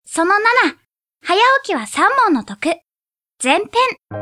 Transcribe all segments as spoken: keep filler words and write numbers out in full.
そのなな、早起きは三問の得。前編。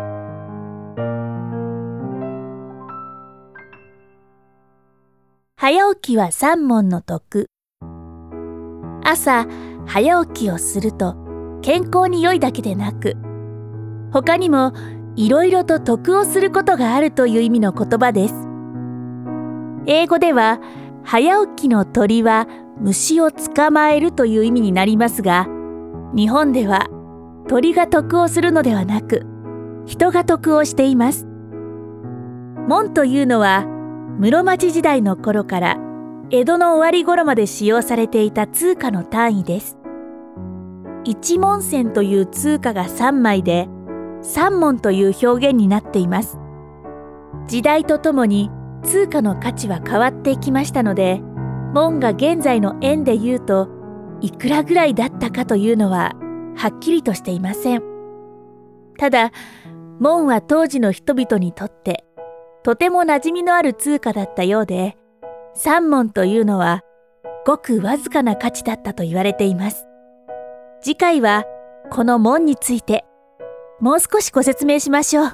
早起きは三問の得。朝、早起きをすると健康に良いだけでなく、他にもいろいろと得をすることがあるという意味の言葉です。英語では、早起きの鳥は虫を捕まえるという意味になりますが、日本では鳥が得をするのではなく、人が得をしています。門というのは、室町時代の頃から江戸の終わり頃まで使用されていた通貨の単位です。一文銭という通貨がさんまいで、三文という表現になっています。時代とともに通貨の価値は変わっていきましたので、門が現在の円で言うといくらぐらいだったかというのははっきりとしていません。ただ、門は当時の人々にとってとても馴染みのある通貨だったようで、三文というのはごくわずかな価値だったと言われています。次回はこの門についてもう少しご説明しましょう。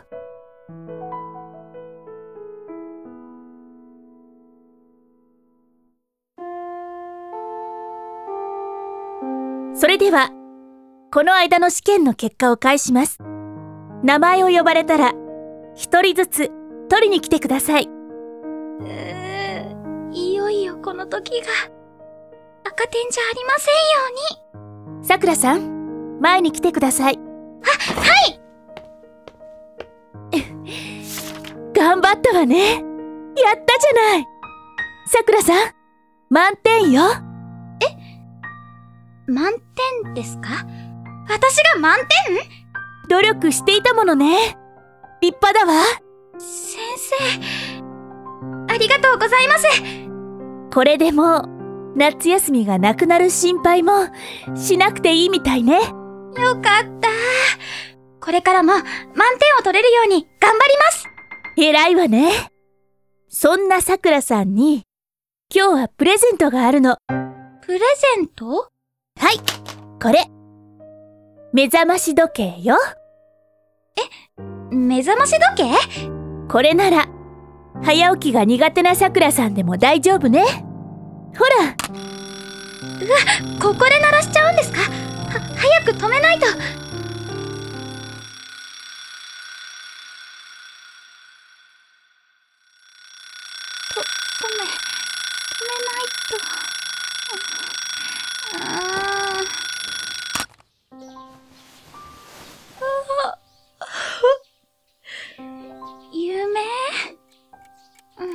それでは、この間の試験の結果を返します。名前を呼ばれたら、一人ずつ取りに来てください。 うー、いよいよこの時が。赤点じゃありませんように。 さくらさん、前に来てください。 は、はい。 頑張ったわね。やったじゃない。さくらさん、満点よ。 え、満点ですか？私が満点？ 努力していたものね。立派だわ。 先生、ありがとうございます。 これでもう夏休みがなくなる心配もしなくていいみたいね。 よかった。これからも満点を取れるように頑張ります。 偉いわね。そんなさくらさんに今日はプレゼントがあるの。 プレゼント？ はい、これ。目覚まし時計よ。 え、目覚まし時計？ これなら早起きが苦手なさくらさんでも大丈夫ね。ほら。 うわ、ここで鳴らしちゃうんですか？は、早く止めないと。と、止め、止めないと。あー。あー。夢？うん。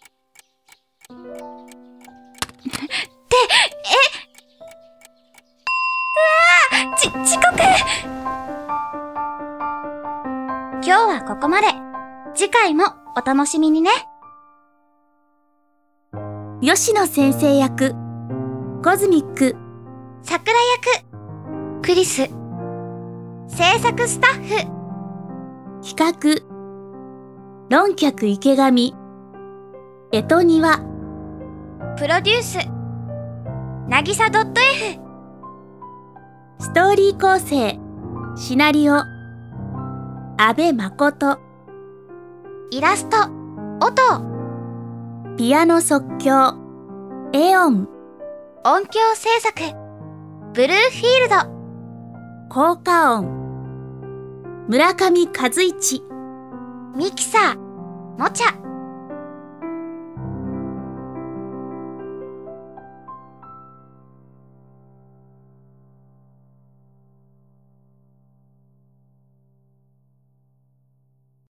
ってえうわー、ち遅刻。今日はここまで。次回もお楽しみにね。 吉野先生役コズミック、 桜役クリス、制作スタッフ企画論客池上、えとにわ、 プロデュースなぎさ .f、 ストーリー構成シナリオ阿部誠、 イラスト音、 ピアノ即興エオン、 音響制作ブルーフィールド、 効果音村上和一、 ミキサーもちゃ。